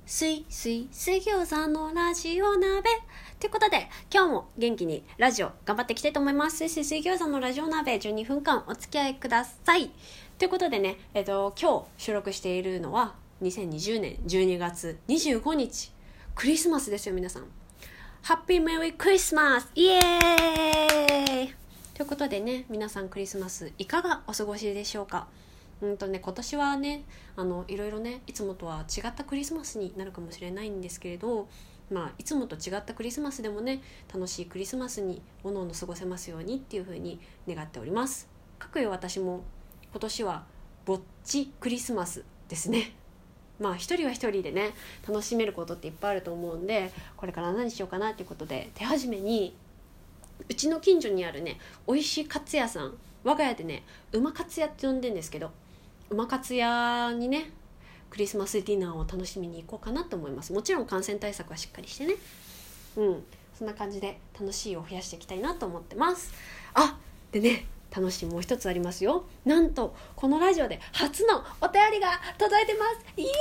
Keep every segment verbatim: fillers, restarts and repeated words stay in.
水水水餃子のラジオ鍋ということで、今日も元気にラジオ頑張っていきたいと思います。水水水餃子のラジオ鍋じゅうにふんかんお付き合いくださいということでね、えっと今日収録しているのはにせんにじゅうねんじゅうにがつにじゅうごにち、クリスマスですよ。皆さんハッピーメリークリスマス、イエーイということでね、皆さんクリスマスいかがお過ごしでしょうか。うんとね、今年はね、あのいろいろね、いつもとは違ったクリスマスになるかもしれないんですけれど、まあ、いつもと違ったクリスマスでもね、楽しいクリスマスにおのおの過ごせますようにっていうふうに願っております。かくいう私も今年はぼっちクリスマスですね。まあ一人は一人でね楽しめることっていっぱいあると思うんで、これから何しようかなということで、手始めにうちの近所にあるね美味しいカツ屋さん、我が家でね馬カツ屋って呼んでんですけど、馬カツ屋にねクリスマスディナーを楽しみに行こうかなと思います。もちろん感染対策はしっかりしてね、うんそんな感じで楽しいを増やしていきたいなと思ってます。あでね、楽しいもう一つありますよ。なんとこのラジオで初のお便りが届いてます。イエーイ、嬉しいよ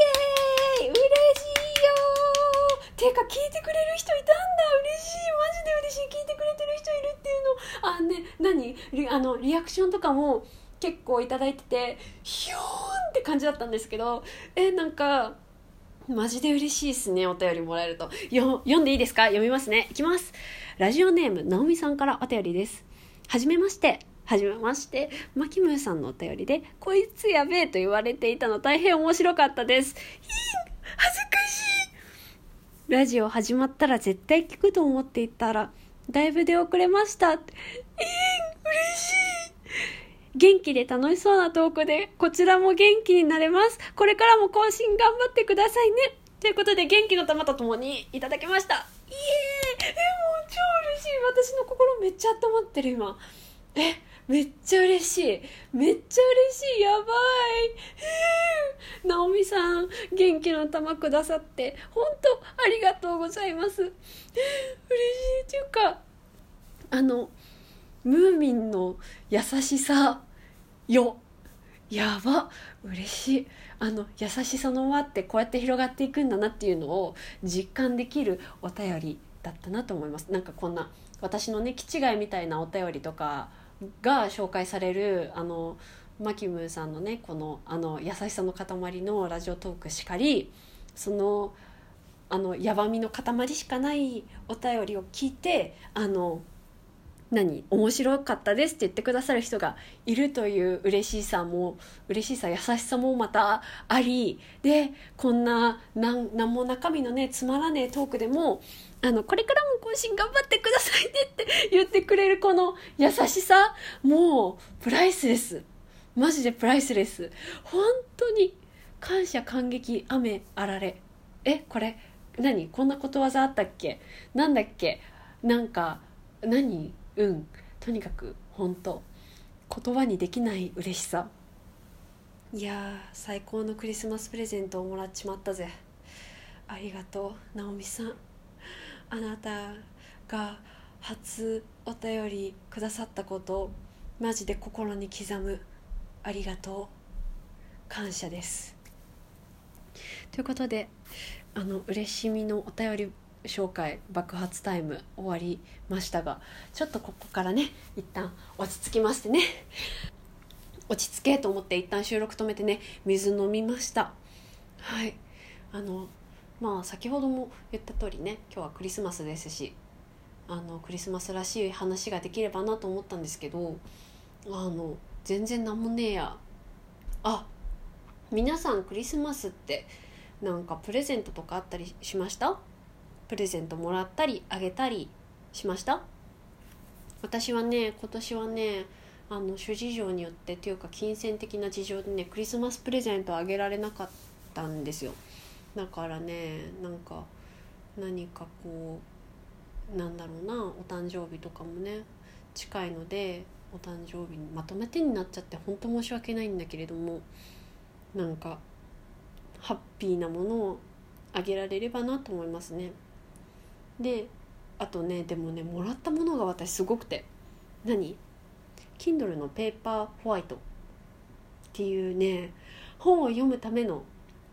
ー。ていうか聞いてくれる人いたんだ、嬉しい、マジで嬉しい。聞いてくれてる人いるっていうの、あね、何リあのリアクションとかも結構いただいてて、ヒューンって感じだったんですけど、えなんかマジで嬉しいですね。お便りもらえるとよ読んでいいですか。読みますね。いきます。ラジオネームなおみさんからお便りです。はじめましてはじめまして、マキムーさんのお便りで、こいつやべえと言われていたの大変面白かったです。ひー恥ずかしい。ラジオ始まったら絶対聞くと思っていたらだいぶ出遅れました。えー、嬉しい。元気で楽しそうなトークでこちらも元気になれます。これからも更新頑張ってくださいねということで、元気の玉とともにいただきました。イエーイ。えもう超嬉しい。私の心めっちゃ温まってる今。えめっちゃ嬉しい、めっちゃ嬉しい、やばい。なおみさん元気の玉くださって本当ありがとうございます。嬉しいっていうか、あのムーミンの優しさよ、やば嬉しい。あの優しさの輪ってこうやって広がっていくんだなっていうのを実感できるお便りだったなと思います。なんかこんな私のね気違いみたいなお便りとかが紹介される、あのマキムーさんのねこのあの優しさの塊のラジオトークしかり、そのあのやばみの塊しかないお便りを聞いて、あの何面白かったですって言ってくださる人がいるという嬉しさも嬉しさ優しさもまたありで、こんななんなんも中身のねつまらねえトークでも、あのこれからも更新頑張ってくださいねって言ってくれるこの優しさ、もうプライスレス、マジでプライスレス。本当に感謝感激雨あられ。えこれ何こんなことわざあったっけ、なんだっけ、なんか何うんとにかく本当言葉にできない嬉しさ。いやー最高のクリスマスプレゼントをもらっちまったぜ。ありがとうなおみさん。あなたが初お便りくださったことマジで心に刻む。ありがとう、感謝です。ということで、あの嬉しみのお便り紹介爆発タイム終わりましたが、ちょっとここからね一旦落ち着きましてね、落ち着けと思って一旦収録止めてね水飲みました。はい、あのまあ先ほども言った通りね、今日はクリスマスですし、あのクリスマスらしい話ができればなと思ったんですけど、あの全然なんもねえや。あ、皆さんクリスマスってなんかプレゼントとかあったりしました？プレゼントもらったりあげたりしました？私はね今年はね、あの諸事情によってというか金銭的な事情でねクリスマスプレゼントあげられなかったんですよ。だからね、なんか何かこうなんだろうな、お誕生日とかもね近いので、お誕生日にまとめてになっちゃって本当申し訳ないんだけれども、なんかハッピーなものをあげられればなと思いますね。であとね、でもねもらったものが私すごくて、何 Kindle のペーパーホワイトっていうね本を読むための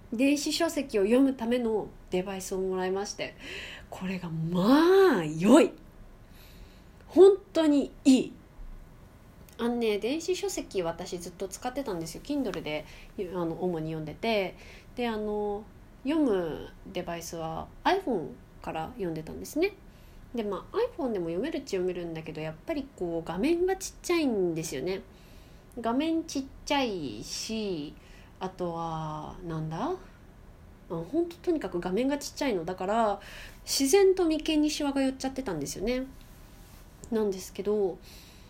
電子書籍を読むためのデバイスをもらいまして、これがまあ良い、本当にいい。あのね、電子書籍私ずっと使ってたんですよ。 Kindle であの主に読んでて、であの読むデバイスは iPhone から読んでたんですね。でまあ iPhone でも読めるっちゃ読めるんだけど、やっぱりこう画面がちっちゃいんですよね。画面ちっちゃいし、あとはなんだほんととにかく画面がちっちゃいのだから、自然と眉間にシワが寄っちゃってたんですよね。なんですけど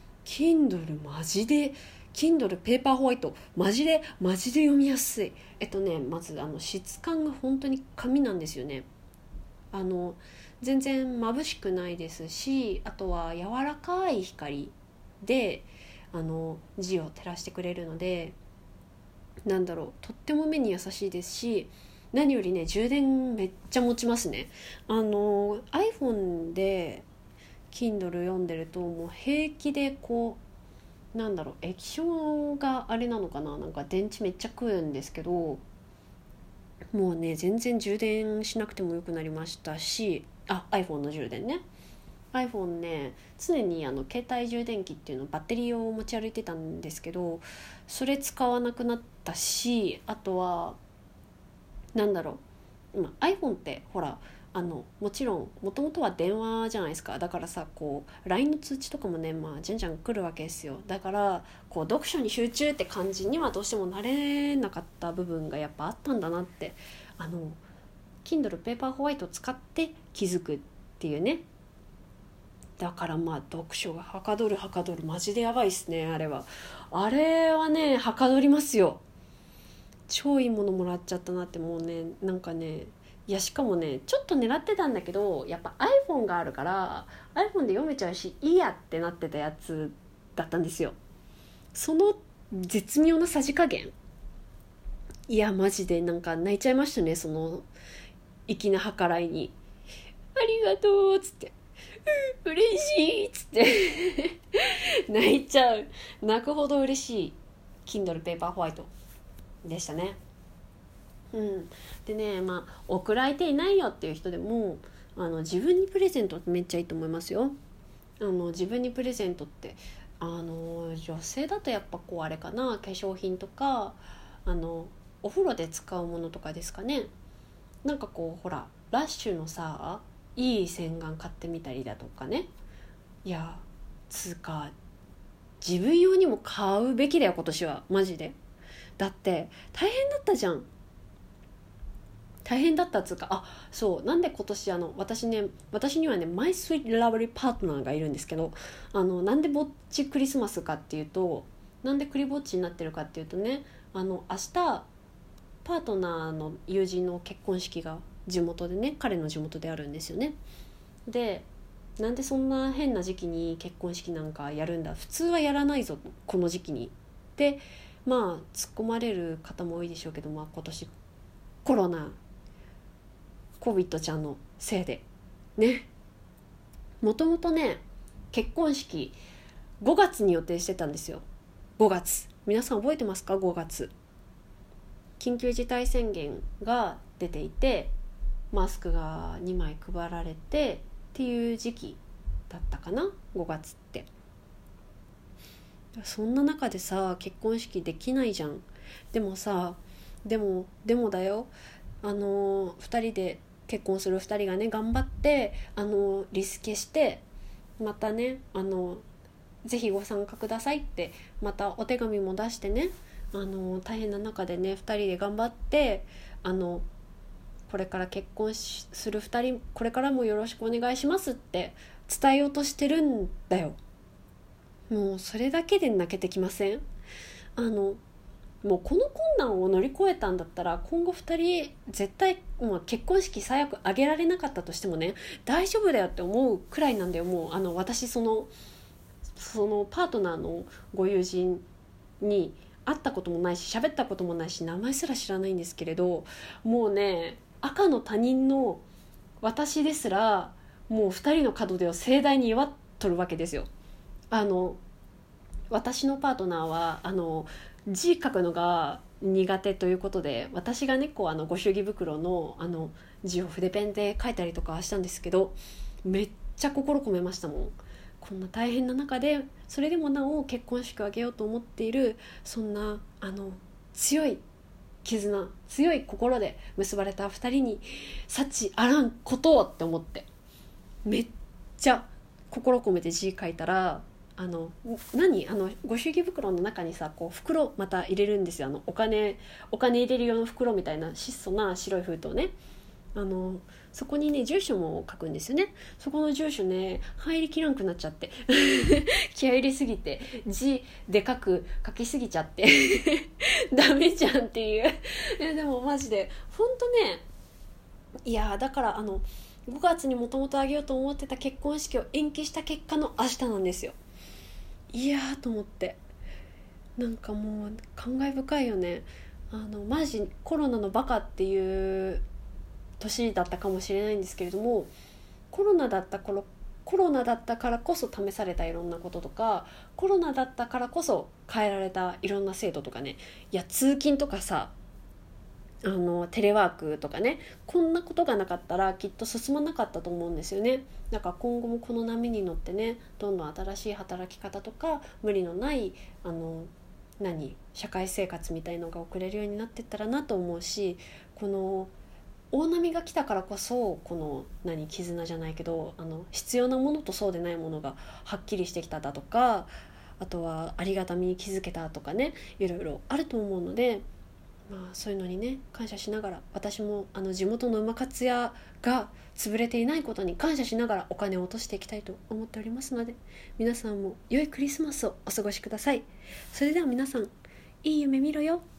Kindle マジで Kindle ペーパーホワイトマジでマジで読みやすい。えっとねまずあの質感が本当に紙なんですよね。あの全然眩しくないですし、あとは柔らかい光であの字を照らしてくれるので、なんだろう、とっても目に優しいですし、何よりね充電めっちゃ持ちますね。あの iPhone で Kindle 読んでるともう平気でこうなんだろう液晶があれなのかな、なんか電池めっちゃ食うんですけど、もうね全然充電しなくてもよくなりましたし、あ iPhone の充電ね iPhone ね常にあの携帯充電器っていうのバッテリーを持ち歩いてたんですけど、それ使わなくなったし、あとはなんだろう、今 iPhone ってほらあのもちろんもともとは電話じゃないですか。だからさこう ライン の通知とかもねまあじゃんじゃん来るわけですよ。だからこう読書に集中って感じにはどうしてもなれなかった部分がやっぱあったんだなって、あの Kindle ペーパーホワイトを使って気づくっていうね。だからまあ読書がはかどるはかどるマジでやばいっすね。あれはあれはねはかどりますよ。超いいものもらっちゃったなって。もうねなんかね、いやしかもねちょっと狙ってたんだけど、やっぱ iPhone があるから iPhone で読めちゃうしいいやってなってたやつだったんですよ。その絶妙なさじ加減、いやマジでなんか泣いちゃいましたね。その粋な計らいにありがとうっつって、う嬉しいっつって泣いちゃう、泣くほど嬉しい Kindle ペーパーホワイトでしたね。うん、でねまあ送る相手いないよっていう人でもあの自分にプレゼントってめっちゃいいと思いますよ。あの自分にプレゼントってあの女性だとやっぱこうあれかな、化粧品とかあのお風呂で使うものとかですかね。なんかこうほらラッシュのさいい洗顔買ってみたりだとかね。いやつうか自分用にも買うべきだよ今年はマジで。だって大変だったじゃん。大変だったっつうか、あそうなんで今年あの私ね私にはねマイスイートラブリーパートナーがいるんですけど、あのなんでぼっちクリスマスかっていうと、なんでクリぼっちになってるかっていうとね、あの明日パートナーの友人の結婚式が地元でね、彼の地元であるんですよね。でなんでそんな変な時期に結婚式なんかやるんだ、普通はやらないぞこの時期にってまあ突っ込まれる方も多いでしょうけど、まあ今年コロナコビットちゃんのせいでね、もともとね結婚式ごがつに予定してたんですよ。ごがつ皆さん覚えてますか？ごがつ緊急事態宣言が出ていてマスクがにまい配られてっていう時期だったかな、ごがつって。そんな中でさ結婚式できないじゃん。でもさでもでもだよ、あのふたりで結婚するふたりがね頑張ってあのリスケしてまたねあのぜひご参加くださいってまたお手紙も出してね、あの大変な中でねふたりで頑張ってあのこれから結婚するふたりこれからもよろしくお願いしますって伝えようとしてるんだよ。もうそれだけで泣けてきません？あのもうこの困難を乗り越えたんだったら今後ふたり絶対、まあ、結婚式最悪挙げられなかったとしてもね大丈夫だよって思うくらいなんだよ。もうあの私そのそのパートナーのご友人に会ったこともないし喋ったこともないし名前すら知らないんですけれど、もうね赤の他人の私ですらもうふたりの門出を盛大に祝っとるわけですよ。あの私のパートナーはあの字書くのが苦手ということで、私がねこうあのご祝儀袋のあの字を筆ペンで書いたりとかしたんですけど、めっちゃ心込めましたもん。こんな大変な中でそれでもなお結婚式を挙げようと思っている、そんなあの強い絆、強い心で結ばれたふたりに幸あらんことをって思って、めっちゃ心込めて字書いたら、あの何あのご祝儀袋の中にさこう袋また入れるんですよ。あのお金お金入れる用の袋みたいな質素な白い封筒ね。あのそこにね住所も書くんですよね。そこの住所ね入りきらんくなっちゃって気合い入れすぎて字でかく書きすぎちゃってダメじゃんっていういやでもマジでほんとね、いやだからあのごがつにもともとあげようと思ってた結婚式を延期した結果の明日なんですよ。いやーと思って、なんかもう感慨深いよね。あのマジコロナのバカっていう年だったかもしれないんですけれども、コロナだった頃コロナだったからこそ試されたいろんなこととか、コロナだったからこそ変えられたいろんな制度とかね、いや通勤とかさ、あのテレワークとかね、こんなことがなかったらきっと進まなかったと思うんですよね。だから今後もこの波に乗ってね、どんどん新しい働き方とか無理のないあの何社会生活みたいのが送れるようになっていったらなと思うし、この大波が来たからこそこの何絆じゃないけど、あの必要なものとそうでないものがはっきりしてきただとか、あとはありがたみに気づけたとかね、いろいろあると思うので、まあ、そういうのにね感謝しながら、私もあの地元の馬活屋が潰れていないことに感謝しながらお金を落としていきたいと思っておりますので、皆さんも良いクリスマスをお過ごしください。それでは皆さん、いい夢見ろよ。